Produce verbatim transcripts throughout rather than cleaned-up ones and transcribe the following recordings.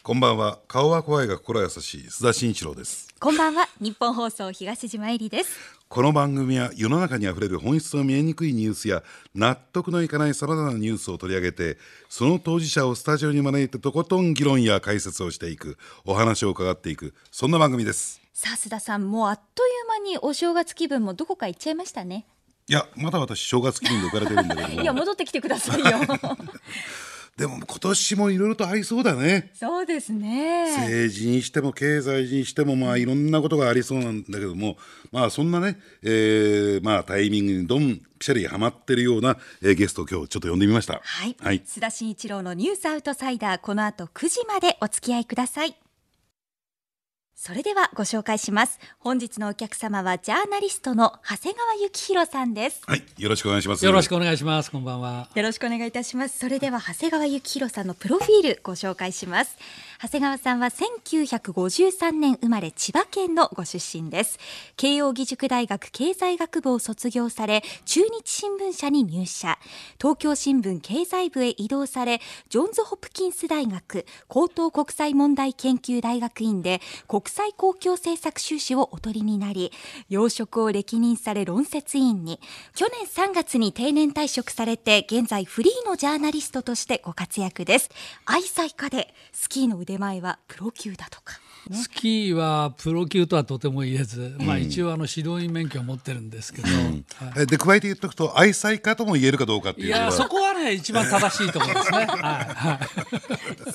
こんばんは。顔は怖いが心優しい須田慎一郎です。 こんばんは。日本放送東島えりです。 この番組は世の中にあふれる本質の見えにくいニュースや納得のいかないさまざまなニュースを取り上げて、その当事者をスタジオに招いてとことん議論や解説をしていく、お話を伺っていく、そんな番組です。 さあ須田さん、もうあっという間にお正月気分もどこか行っちゃいましたね。 いや、まだ私正月気分で浮かれてるんだけどもいや、戻ってきてくださいよでも今年もいろいろとありそうだね。 そうですね。 政治にしても経済にしても、まあいろんなことがありそうなんだけども、まあそんなね、えー、まあタイミングにどんぴしゃりはまってるような、えー、ゲストを今日ちょっと呼んでみました。 はい、 はい、 須田慎一郎のニュースアウトサイダー、この後くじまでお付き合いください。それではご紹介します。本日のお客様はジャーナリストの長谷川幸宏さんです。 はい、よろしくお願いします。 よろしくお願いします。こんばんは。 よろしくお願いいたします。それでは長谷川幸宏さんのプロフィールご紹介します。長谷川さんはせんきゅうひゃくごじゅうさんねん生まれ、千葉県のご出身です。慶應義塾大学経済学部を卒業され、中日新聞社に入社、東京新聞経済部へ移動され、ジョンズ・ホプキンス大学高等国際問題研究大学院で国際公共政策修士をお取りになり、要職を歴任され論説委員に、去年さんがつに定年退職されて、現在フリーのジャーナリストとしてご活躍です。愛妻家でスキーの腕前はプロ級だとか、 ね、スキーはプロ級とはとても言えず、うん、まあ、一応あの指導員免許を持ってるんですけど、うんはい、で加えて言っておくと愛妻家とも言えるかどうかっていうのは、 いやそこはね一番正しいところですねはい、はい、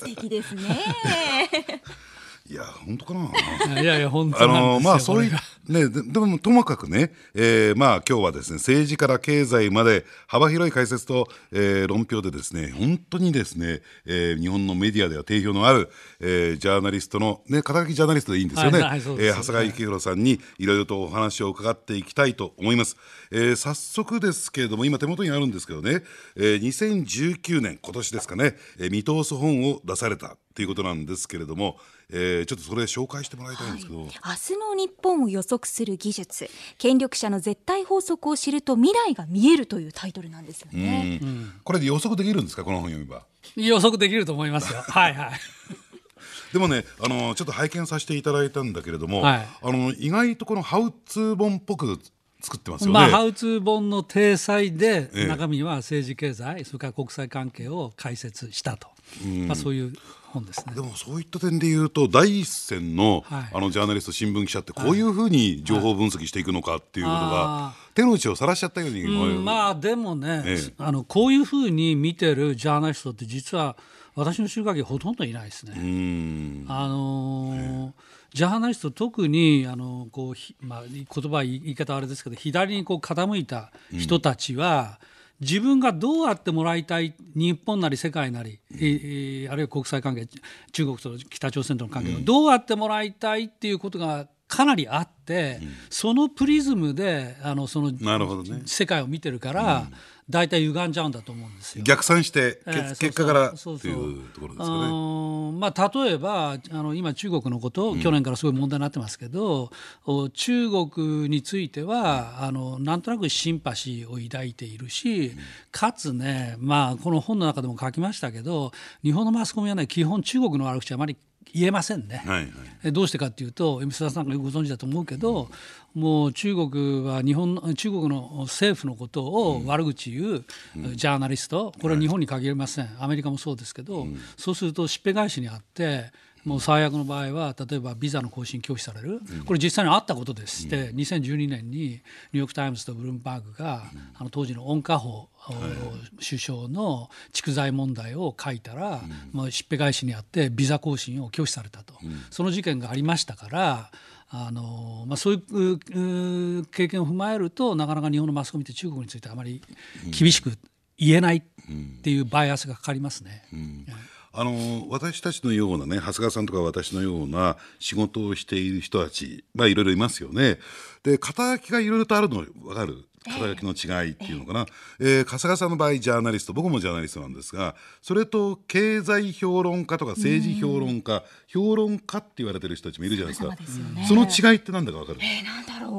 素敵ですねいや本当かな。 いやいや本当なんですよ。 あのまあそういうね、で, でもともかくね、えー、まあ今日はですね、政治から経済まで幅広い解説と、えー、論評でですね、本当にですね、えー、日本のメディアでは定評のある、えー、ジャーナリストのね、肩書きジャーナリストでいいんですよね。長谷川幸宏さんにいろいろとお話を伺っていきたいと思います。えー、早速ですけれども、今手元にあるんですけどね、えー、にせんじゅうきゅうねん今年ですかね、えー、見通す本を出されたということなんですけれども、えー、ちょっとそれ紹介してもらいたいんですけど、はい、 明日の日本を予測する技術、権力者の絶対法則を知ると未来が見えるというタイトルなんですよね。 うん、これで予測できるんですか、この本読めば。 予測できると思いますよはいはいでもね、あのちょっと拝見させていただいたんだけれども、 はい、 あの意外とこのハウツー本っぽく作ってますよね。 まあ、ハウツー本の体裁で、中身は政治経済、それから国際関係を解説したと、まあ、そういう本ですね。 でもそういった点でいうと、第一線 の,、はい、あのジャーナリスト、新聞記者ってこういうふうに情報分析していくのかっていうことが、はい、手の内をさらしちゃったように、 うん、まあでもね、ええ、あのこういうふうに見てるジャーナリストって実は私の知る限りほとんどいないですね。うんあのーええジャーナリスト、特にあのこう、まあ、言葉言い方はあれですけど、左にこう傾いた人たちは、うん、自分がどうあってもらいたい、日本なり世界なり、うん、えあるいは国際関係、中国と北朝鮮との関係をどうあってもらいたいっていうことがかなりあって、うん、そのプリズムであのその、ね、世界を見てるから、うん大体歪んじゃうんだと思うんですよ。 逆算して、えー、結果からっていうところですかね。 まあ、例えばあの今中国のこと、うん、去年からすごい問題になってますけど、中国についてはあのなんとなくシンパシーを抱いているし、うん、かつね、まあ、この本の中でも書きましたけど、日本のマスコミはね、基本中国の悪口はあまり言えませんね、はいはい、どうしてかというと、須田さんがよくご存知だと思うけど、うん、もう中国は日本中国の政府のことを悪口言うジャーナリスト、これは日本に限りません、アメリカもそうですけど、うん、そうするとしっぺ返しにあって、もう最悪の場合は例えばビザの更新拒否される、これ実際にあったことでして、にせんじゅうにねんにニューヨークタイムズとブルームバーグが、あの当時の温家宝首相の蓄財問題を書いたら、まあ、しっぺ返しにあってビザ更新を拒否されたと、その事件がありましたから、あのまあ、そういう経験を踏まえると、なかなか日本のマスコミって中国についてあまり厳しく言えないっていうバイアスがかかりますね。うんうんあの私たちのようなね、長谷川さんとか私のような仕事をしている人たち、まあ、いろいろいますよね。で、肩書きがいろいろとあるの分かる、肩書きの違いっていうのかな、えーえー、長谷川さんの場合ジャーナリスト、僕もジャーナリストなんですが、それと経済評論家とか政治評論家、評論家って言われてる人たちもいるじゃないですか。 そ,、ね、その違いって何だか分かる？ えー、なんだろう、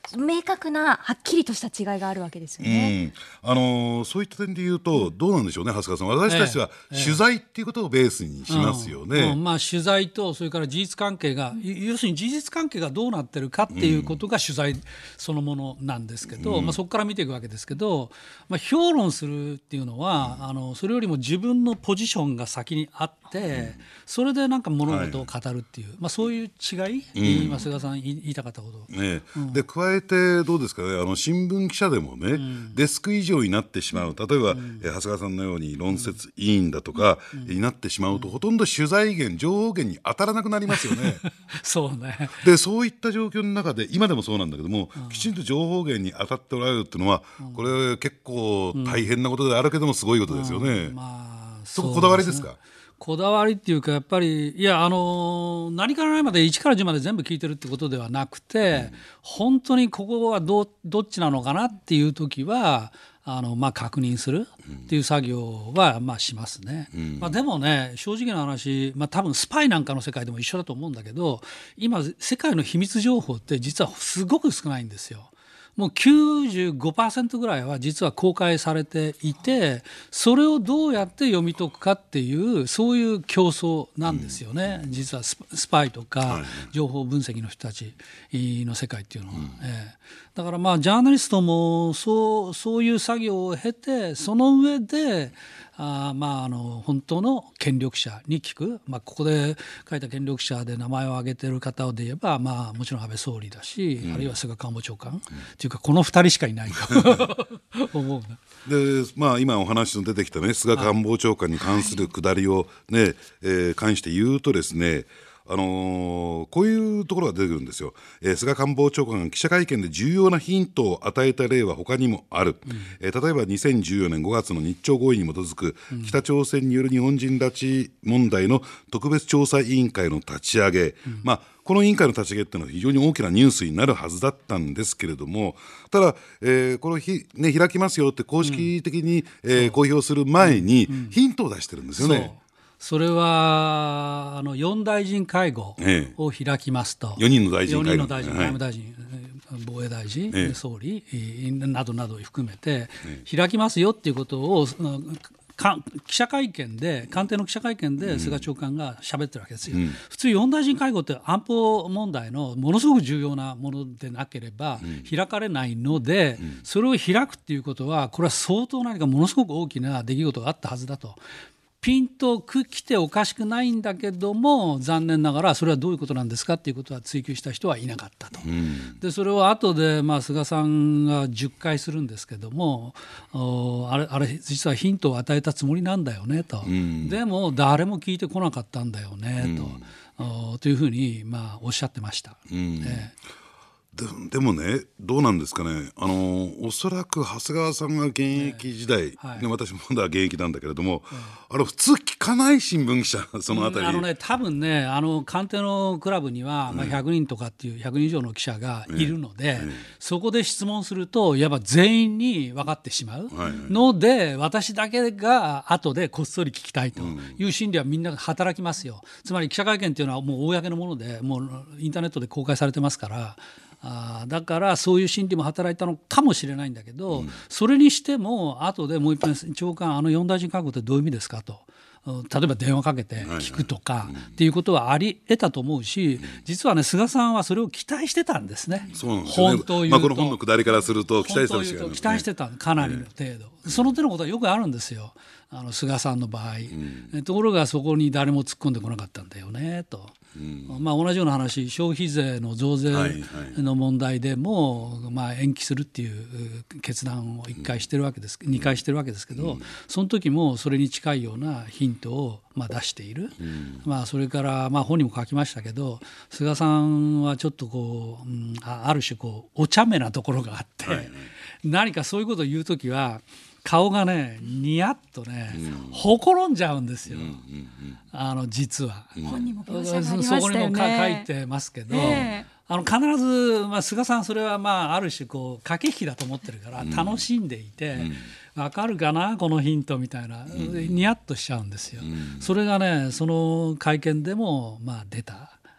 明確なはっきりとした違いがあるわけですよね。 うん、あのー、そういった点で言うとどうなんでしょうね、長谷川さん。私たちは取材っていうことをベースにしますよね。 うんうん、まあ、取材とそれから事実関係が、要するに事実関係がどうなってるかっていうことが取材そのものなんですけど、うん、まあ、そこから見ていくわけですけど、まあ、評論するっていうのは、うん、あのそれよりも自分のポジションが先にあって、うん、それでなんか物事を語るっていう、はい、まあ、そういう違い、うん、まあ、菅さん言いたかったこと、 ね、うん、で加えてどうですかね、あの新聞記者でもね、うん、デスク以上になってしまう、例えば、うん、長谷川さんのように論説委員だとか、うん、になってしまうと、うん、ほとんど取材源情報源に当たらなくなりますよね。 そうね。 でそういった状況の中で今でもそうなんだけども、うん、きちんと情報源に当たっておられるっていうのは、うん、これ結構大変なことであるけどもすごいことですよね。うんうん、まあ、そここだわりですか？ こだわりっていうか、やっぱりいや、あの何から何までいちからじゅうまで全部聞いてるってことではなくて、うん、本当にここは ど, どっちなのかなっていう時はあの、まあ、確認するっていう作業は、まあ、しますね。うん、まあ、でもね、正直な話、まあ、多分スパイなんかの世界でも一緒だと思うんだけど、今世界の秘密情報って実はすごく少ないんですよ。もう きゅうじゅうごパーセント ぐらいは実は公開されていて、それをどうやって読み解くかっていうそういう競争なんですよね、うん、実はスパイとか情報分析の人たちの世界っていうのは、うん、えー、だからまあジャーナリストもそう、そういう作業を経て、その上であまあ、あの本当の権力者に聞く、まあ、ここで書いた権力者で名前を挙げている方で言えば、まあ、もちろん安倍総理だし、うん、あるいは菅官房長官、うん、っていうかこのふたりしかいないと思うな。 で、まあ、今お話の出てきた、ね、菅官房長官に関するくだりを、ね、はい、えー、関して言うとですね、あのー、こういうところが出てくるんですよ。えー、菅官房長官が記者会見で重要なヒントを与えた例は他にもある、うん、えー、例えばにせんじゅうよねんごがつの日朝合意に基づく北朝鮮による日本人拉致問題の特別調査委員会の立ち上げ、うん、まあ、この委員会の立ち上げっていうのは非常に大きなニュースになるはずだったんですけれども、ただ、えー、この日、ね、開きますよって公式的に、うん、えー、公表する前にヒントを出してるんですよね。 そうそれはあのよん大臣会合を開きますと、 ええ、よにんの大臣会合、 よにんの大臣、外務大臣、防衛大臣、ええ、総理などなどを含めて開きますよっていうことを記者会見で、官邸の記者会見で菅長官が喋ってるわけですよ、うん、普通よん大臣会合って安保問題のものすごく重要なものでなければ開かれないので、うん、それを開くっていうことはこれは相当何かものすごく大きな出来事があったはずだと。ピンときておかしくないんだけども、残念ながらそれはどういうことなんですかっていうことは追及した人はいなかったと、うん、でそれを後でまあ菅さんがじゅっかいするんですけども、あれ、あれ実はヒントを与えたつもりなんだよねと、うん、でも誰も聞いてこなかったんだよねと、うん、というふうにまあおっしゃってました、うん、ええで, でもね、どうなんですかね、あのおそらく長谷川さんが現役時代、えーはい、私もまだ現役なんだけれども、えー、あれ普通聞かない新聞記者、そのあたり、 うん、あのね、多分ね、あの官邸のクラブには、まあ、ひゃくにんとかっていうひゃくにん以上の記者がいるので、えーえー、そこで質問するとやっぱ全員に分かってしまうので、はいはい、私だけが後でこっそり聞きたいという心理はみんなが働きますよ。つまり記者会見っていうのはもう公のもので、もうインターネットで公開されてますから、あだからそういう心理も働いたのかもしれないんだけど、うん、それにしても後でもう一遍長官、あのよん大臣会合ってどういう意味ですかと、例えば電話かけて聞くとかっていうことはあり得たと思うし、実はね、菅さんはそれを期待してたんですね。 そうなんですよね。 本当言うと、まあ、 この本の下りからすると期待してたんですね。 期待してた、かなりの程度、えー、その手のことはよくあるんですよ、あの菅さんの場合、うん、ところがそこに誰も突っ込んでこなかったんだよねと、うん、まあ、同じような話、消費税の増税の問題でも、はいはい、まあ、延期するっていう決断をいっかいしてるわけです、うん、にかいしてるわけですけど、うん、その時もそれに近いようなヒントをまあ出している、うん、まあ、それからまあ本にも書きましたけど、菅さんはちょっとこう、うん、ある種こうお茶目なところがあって、はいはい、何かそういうことを言う時は顔がねニヤッとね、うん、ほころんじゃうんですよ、うんうんうん、あの実は、 うん、本にも描写がありましたよね。 そこにも書いてますけど、えー、あの必ず、まあ、菅さんそれはまあある種こう駆け引きだと思ってるから楽しんでいて、うんうん、分かるかなこのヒントみたいな、うん、ニヤッとしちゃうんですよ、うん、それがねその会見でもまあ出た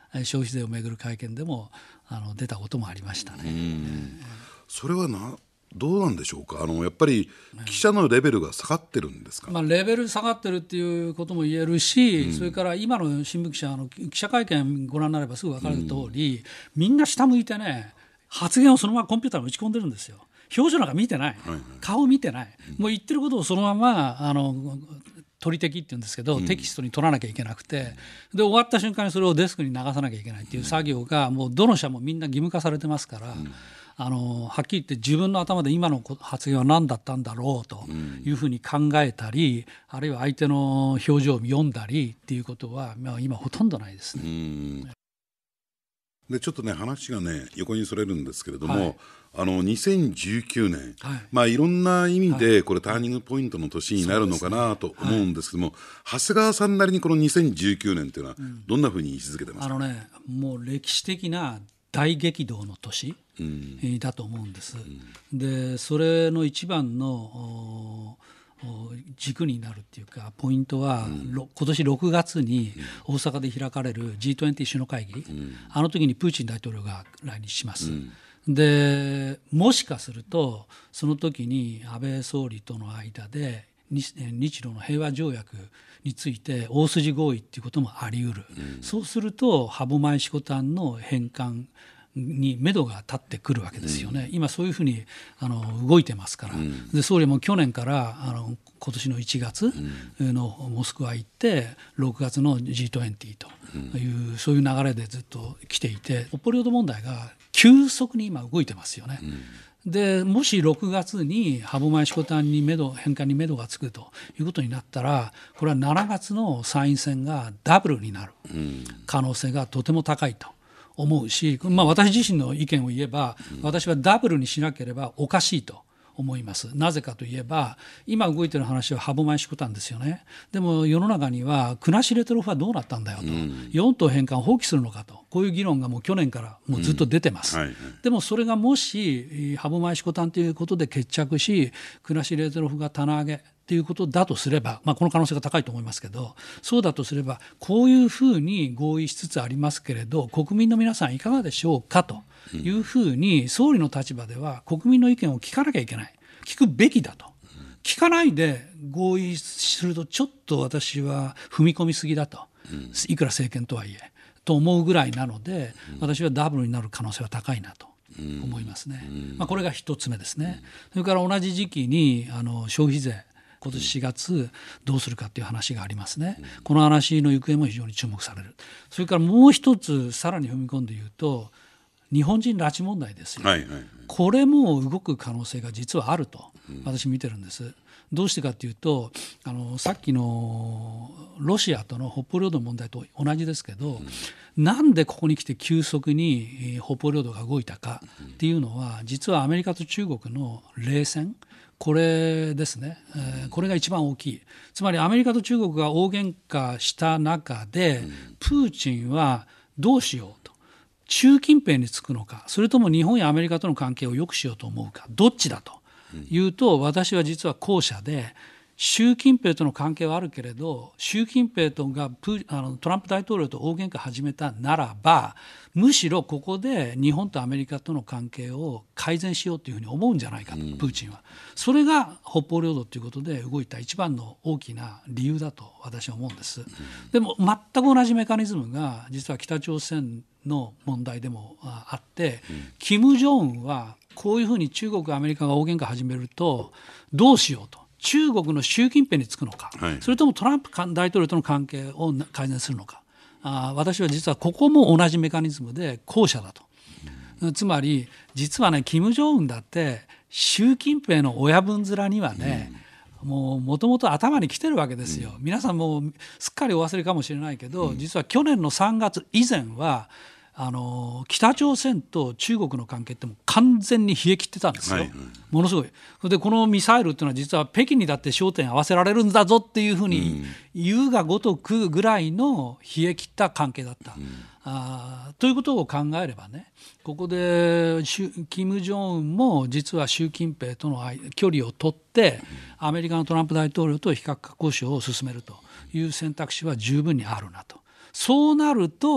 消費税をめぐる会見でもあの出たこともありましたね。 うんそれはなどうなんでしょうか。あのやっぱり記者のレベルが下がってるんですか。 まあ、レベル下がってるっていうことも言えるし、うん、それから今の新聞記者の記者会見ご覧になればすぐ分かる通り、うん、みんな下向いてね発言をそのままコンピューターに打ち込んでるんですよ。表情なんか見てない、はいはい、顔見てない、うん、もう言ってることをそのままあの取り的って言うんですけど、うん、テキストに取らなきゃいけなくて、で終わった瞬間にそれをデスクに流さなきゃいけないっていう作業がもうどの社もみんな義務化されてますから、うんあのはっきり言って自分の頭で今の発言は何だったんだろうというふうに考えたり、うん、あるいは相手の表情を読んだりっていうことは、まあ、今ほとんどないですね。うんでちょっとね話がね横にそれるんですけれども、はい、あのにせんじゅうきゅうねん、はいまあ、いろんな意味でこれターニングポイントの年になるのかなと思うんですけども、はい、長谷川さんなりにこのにせんじゅうきゅうねんというのはどんなふうに位置づけてますか。 あのね、もう歴史的な大激動の年だと思うんです、うん、でそれの一番の軸になるっていうかポイントは、うん、今年ろくがつに大阪で開かれる ジートゥエンティー 首脳会議、うん、あの時にプーチン大統領が来日します、うん、でもしかするとその時に安倍総理との間で日, 日露の平和条約について大筋合意っていうこともあり得る、うん、そうすると歯舞色丹の返還に目処が立ってくるわけですよね、うん、今そういうふうにあの動いてますから、うん、で総理も去年からあの今年のいちがつのモスクワ行ってろくがつの ジートゥエンティー という、うん、そういう流れでずっと来ていて北方領土問題が急速に今動いてますよね、うんでもしろくがつに歯舞色丹に目処返還に目処がつくということになったらこれはしちがつの参院選がダブルになる可能性がとても高いと思うし、まあ、私自身の意見を言えば私はダブルにしなければおかしいと思います。なぜかといえば今動いている話は歯舞色丹ですよね。でも世の中には国後レトロフはどうなったんだよと、うん、よん島返還放棄するのかとこういう議論がもう去年からもうずっと出てます、うんはいはい、でもそれがもし歯舞色丹ということで決着し国後レトロフが棚上げということだとすれば、まあ、この可能性が高いと思いますけどそうだとすればこういうふうに合意しつつありますけれど国民の皆さんいかがでしょうかというふうに総理の立場では国民の意見を聞かなきゃいけない聞くべきだと聞かないで合意するとちょっと私は踏み込みすぎだといくら政権とはいえと思うぐらいなので私はダブルになる可能性は高いなと思いますね、まあ、これが一つ目ですね。それから同じ時期にあの消費税今年しがつどうするかという話がありますね。この話の行方も非常に注目される。それからもう一つさらに踏み込んで言うと日本人拉致問題ですよ、はいはいはい、これも動く可能性が実はあると私見てるんです、うん、どうしてかというとあのさっきのロシアとの北方領土問題と同じですけど、うん、なんでここに来て急速に北方領土が動いたかっていうのは実はアメリカと中国の冷戦これですね、えー、これが一番大きい。つまりアメリカと中国が大喧嘩した中で、うん、プーチンはどうしようと習近平につくのかそれとも日本やアメリカとの関係を良くしようと思うかどっちだというと、うん、私は実は後者で習近平との関係はあるけれど習近平とがプあのトランプ大統領と大喧嘩始めたならばむしろここで日本とアメリカとの関係を改善しようというふうに思うんじゃないかと、うん、プーチンはそれが北方領土ということで動いた一番の大きな理由だと私は思うんです、うん、でも全く同じメカニズムが実は北朝鮮の問題でもあって、うん、金正恩はこういうふうに中国アメリカが大喧嘩始めるとどうしようと中国の習近平につくのか、はい、それともトランプ大統領との関係を改善するのかあ私は実はここも同じメカニズムで後者だと、うん、つまり実はね金正恩だって習近平の親分面にはね、うん、もともと頭に来てるわけですよ、うん、皆さんもうすっかりお忘れかもしれないけど、うん、実は去年のさんがつ以前はあの北朝鮮と中国の関係ってもう完全に冷え切ってたんですよ、はいはい、ものすごい。それでこのミサイルっていうのは実は北京にだって焦点合わせられるんだぞっていうふうに言うがごとくぐらいの冷え切った関係だった、うん、あということを考えればねここで金正恩も実は習近平との距離を取ってアメリカのトランプ大統領と非核化交渉を進めるという選択肢は十分にあるなと。そうなると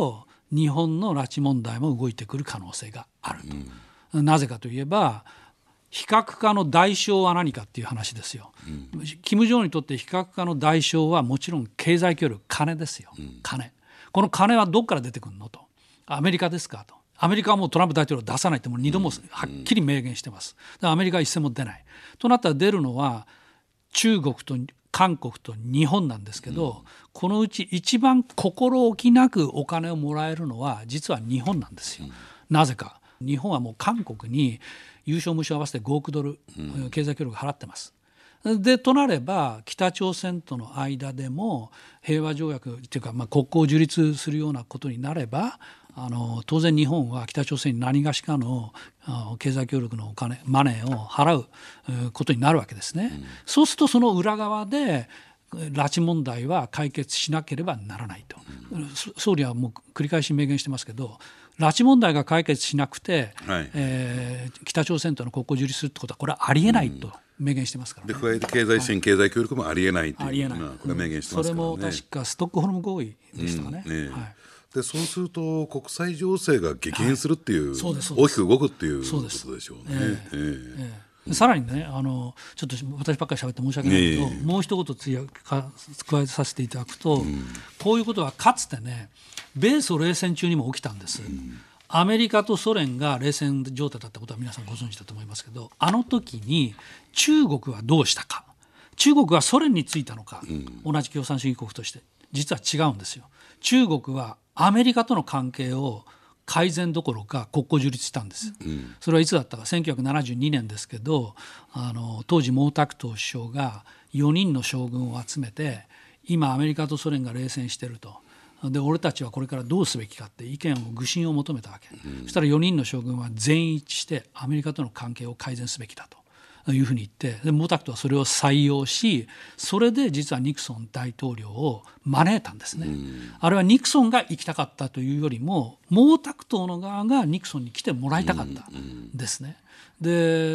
日本の拉致問題も動いてくる可能性があると、うん、なぜかといえば非核化の代償は何かっていう話ですよ、うん、金正恩にとって非核化の代償はもちろん経済協力、金ですよ、うん、金。この金はどこから出てくるのと、アメリカですかと。アメリカはもうトランプ大統領出さないってもうにどもはっきり明言してます。だからアメリカは一銭も出ないとなったら出るのは中国と韓国と日本なんですけど、うん、このうち一番心置きなくお金をもらえるのは実は日本なんですよ、うん、なぜか日本はもう韓国に有償無償合わせてごおくドル、うん、経済協力払ってます。でとなれば北朝鮮との間でも平和条約というか、まあ、国交を樹立するようなことになればあの当然日本は北朝鮮に何がしかの経済協力のお金マネーを払うことになるわけですね、うん、そうするとその裏側で拉致問題は解決しなければならないと、うん、総理はもう繰り返し明言してますけど拉致問題が解決しなくて、はいえー、北朝鮮との国交を樹立するってことはこれはありえないと明言してますから、ね、 で加えて経済支援、はい、経済協力もありえないという、ありえない、まあ、これは明言してますからね、 うん、それも確かストックホルム合意でしたかね、 うんねはいでそうすると国際情勢が激変するっていう、はい、そうですそうです大きく動くっていうことでしょうね。えーえーえー、さらにねあのちょっと私ばっかり喋って申し訳ないけど、えー、もう一言つやか加えさせていただくと、うん、こういうことはかつてね米ソ冷戦中にも起きたんです、うん、アメリカとソ連が冷戦状態だったことは皆さんご存知だと思いますけどあの時に中国はどうしたか中国はソ連についたのか、うん、同じ共産主義国として実は違うんですよ。中国はアメリカとの関係を改善どころか国交樹立したんです、うん、それはいつだったかせんきゅうひゃくななじゅうにねんですけどあの当時毛沢東首相がよにんの将軍を集めて今アメリカとソ連が冷戦してるとで俺たちはこれからどうすべきかって意見を具申を求めたわけ、うん、そしたらよにんの将軍は全員一致してアメリカとの関係を改善すべきだというふうに言ってで毛沢東はそれを採用しそれで実はニクソン大統領を招いたんですね、うん、あれはニクソンが行きたかったというよりも毛沢東の側がニクソンに来てもらいたかったんですね、うんうん、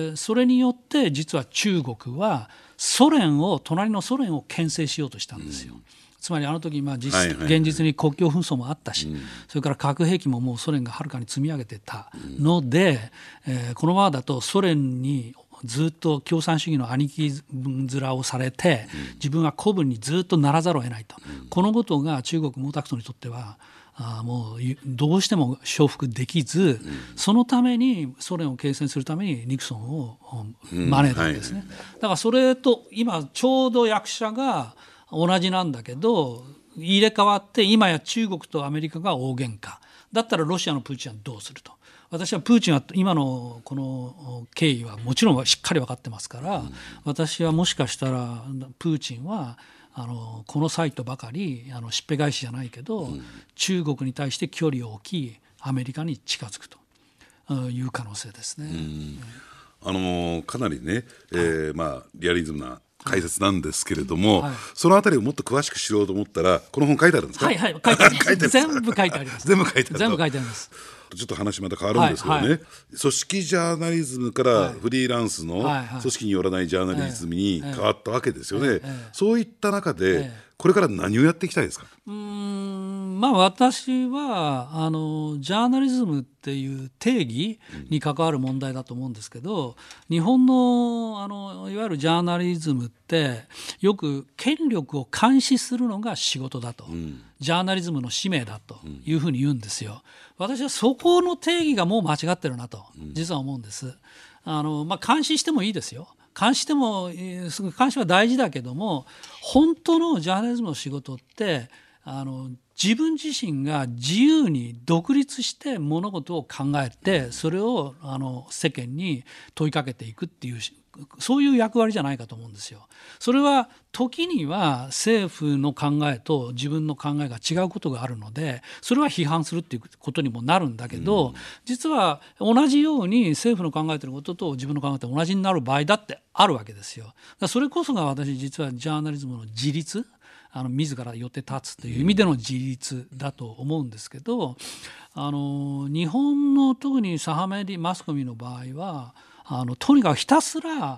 でそれによって実は中国はソ連を隣のソ連を牽制しようとしたんですよ、うんつまりあの時まあ 実, 現実に国境紛争もあったし、うん、それから核兵器ももうソ連がはるかに積み上げてたので、うんえー、このままだとソ連にずっと共産主義の兄貴面をされて、うん、自分は子分にずっとならざるを得ないと、うん、このことが中国毛沢東にとってはあもうどうしても承服できず、うん、そのためにソ連を継戦するためにニクソンを招いたんですね、うんはい、だからそれと今ちょうど役者が同じなんだけど入れ替わって今や中国とアメリカが大喧嘩だったらロシアのプーチンはどうすると私はプーチンは今のこの経緯はもちろんしっかり分かってますから、うん、私はもしかしたらプーチンはあのこのサイトばかりあのしっぺ返しじゃないけど、うん、中国に対して距離を置きアメリカに近づくという可能性ですね、うんあのかなりね、えーまあ、リアリズムな解説なんですけれども、はい、そのあたりをもっと詳しく知ろうと思ったらこの本書いてあるんですか？ はいはい書いてあります全部書いてあります全部書いてある全部書いてありますちょっと話また変わるんですけどね、はいはい、組織ジャーナリズムからフリーランスの組織によらないジャーナリズムに変わったわけですよね、そういった中でこれから何をやっていきたいですか？ うーんまあ私はあのジャーナリズムっていう定義に関わる問題だと思うんですけど、日本の、あのいわゆるジャーナリズムってよく権力を監視するのが仕事だと、うん、ジャーナリズムの使命だというふうに言うんですよ。私はそこの定義がもう間違ってるなと実は思うんです。あの、まあ、監視してもいいですよ。監視しても監視は大事だけども本当のジャーナリズムの仕事ってあの自分自身が自由に独立して物事を考えてそれをあの世間に問いかけていくっていうそういう役割じゃないかと思うんですよ。それは時には政府の考えと自分の考えが違うことがあるのでそれは批判するっていうことにもなるんだけど、うん、実は同じように政府の考えていることと自分の考えて同じになる場合だってあるわけですよ。だからそれこそが私実はジャーナリズムの自立あの自らよって立つという意味での自立だと思うんですけど、あの日本の特に左派メディマスコミの場合はあのとにかくひたすら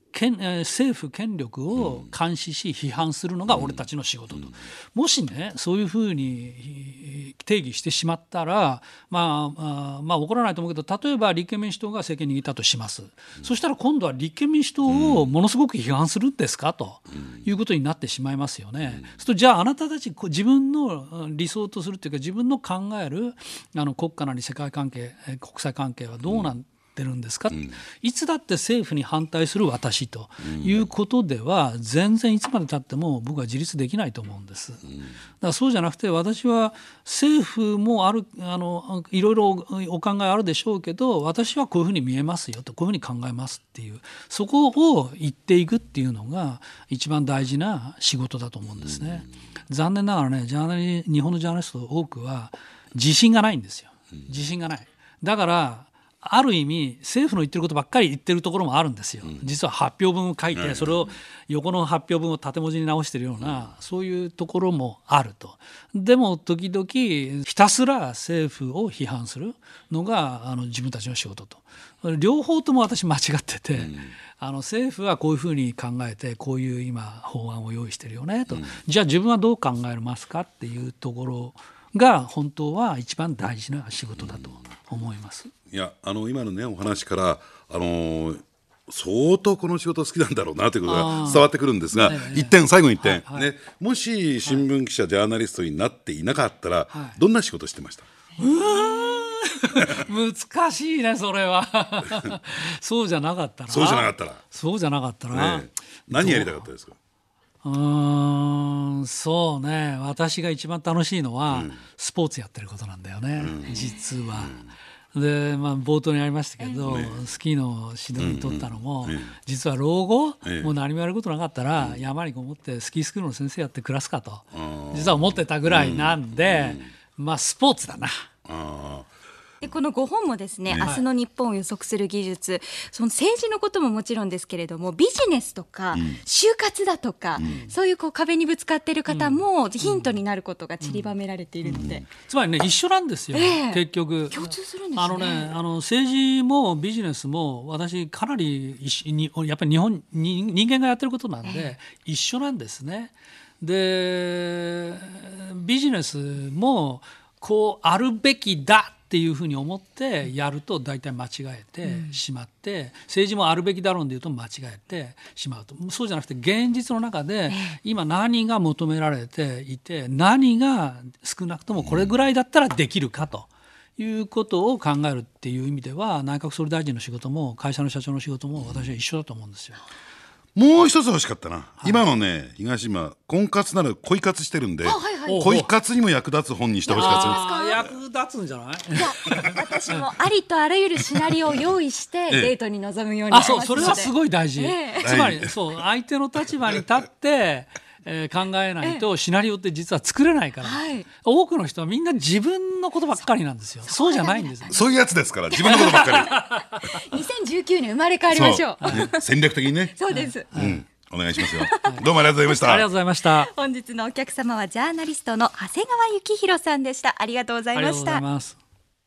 権えー政府権力を監視し批判するのが俺たちの仕事と、もしねそういうふうに定義してしまったら、まああまあ怒らないと思うけど、例えば立憲民主党が政権握ったとします、うん、そしたら今度は立憲民主党をものすごく批判するんですかということになってしまいますよね、うん、そうするとじゃああなたたち自分の理想とするというか自分の考えるあの国家なり世界関係国際関係はどうなんてるんですか、うん、いつだって政府に反対する私ということでは全然いつまでたっても僕は自立できないと思うんです。だからそうじゃなくて私は政府もあるあのいろいろお考えあるでしょうけど、私はこういうふうに見えますよとこういうふうに考えますっていう、そこを言っていくっていうのが一番大事な仕事だと思うんですね。残念ながらねジャーナリ日本のジャーナリスト多くは自信がないんですよ。自信がない。だからある意味政府の言ってることばっかり言ってるところもあるんですよ、うん、実は発表文を書いてそれを横の発表文を縦文字に直しているような、うん、そういうところもあると。でも時々ひたすら政府を批判するのがあの自分たちの仕事と、両方とも私間違ってて、うん、あの政府はこういうふうに考えてこういう今法案を用意してるよねと、うん、じゃあ自分はどう考えますかっていうところが本当は一番大事な仕事だと思います。 いやあの今のねお話から、あのー、相当この仕事好きなんだろうなということが伝わってくるんですが、一点最後に一点、はいはい、ね、もし新聞記者、はい、ジャーナリストになっていなかったら、はい、どんな仕事してました？ うーん難しいねそれはそうじゃなかったらそうじゃなかったらそうじゃなかったら、ね、 何やりたかったですか？ うーんそうね、私が一番楽しいのは、うん、スポーツやってることなんだよね、うん、実は、うん、で、まあ、冒頭にありましたけど、ね、スキーの指導に取ったのも、うんうん、実は老後、ね、もう何もやることなかったら、うん、山にこもってスキースクールの先生やって暮らすかと、うん、実は思ってたぐらいなんで、うん、まあスポーツだな。 あでこのごほんもですね、 ね、 明日の日本を予測する技術、その政治のことももちろんですけれどもビジネスとか、うん、就活だとか、うん、そういうこう壁にぶつかっている方もヒントになることが散りばめられているので、うんうん、 つまりね一緒なんですよ、えー、結局共通するんですね。 あのねあの政治もビジネスも私かなりにやっぱり日本に人間がやってることなんで、えー、一緒なんですね。でビジネスもこうあるべきだっていうふうに思ってやると大体間違えてしまって、うん、政治もあるべきだろうでいうと間違えてしまうと。そうじゃなくて現実の中で今何が求められていて何が少なくともこれぐらいだったらできるかということを考えるっていう意味では内閣総理大臣の仕事も会社の社長の仕事も私は一緒だと思うんですよ。 もう一つ欲しかったな、はい、今のね東島婚活なら恋活してるんで、はいはい、恋活にも役立つ本にしてほしかったです。役立つんじゃない？ いや私もありとあらゆるシナリオを用意してデートに臨むようにしますので、 あそうそれはすごい大事、ええ、つまりそう相手の立場に立ってえー、考えないとシナリオって実は作れないから、はい、多くの人はみんな自分のことばっかりなんですよ。そう、そうじゃないんです、ね、 そういうやつですから自分のことばっかりにせんじゅうきゅうねん生まれ変わりましょう、 ね、戦略的にねそうです、 はい、うんお願いしますよ。どうもありがとうございました。 ありがとうございました。 本日のお客様はジャーナリストの長谷川幸宏さんでした。ありがとうございました。 ありがとうございます。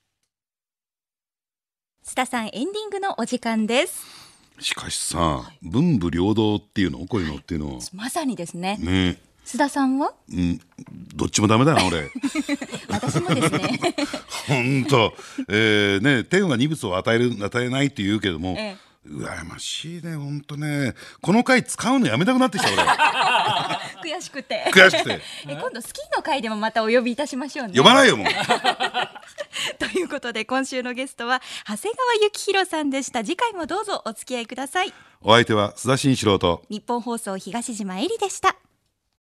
須田さんエンディングのお時間です。 しかしさ文武両道っていうのこういうのっていうの、はい、 まさにですね。 ね須田さんは、 うん、どっちもダメだな俺私もですね本当、えー、ね天は二物を与える与えないって言うけども、ええ羨ましいね本当ね。この回使うのやめたくなってきた俺悔しくて悔しくてえ今度スキーの回でもまたお呼びいたしましょうね。 呼ばないよもうということで今週のゲストは長谷川幸宏さんでした。次回もどうぞお付き合いください。 お相手は須田慎一郎と日本放送東島えりでした。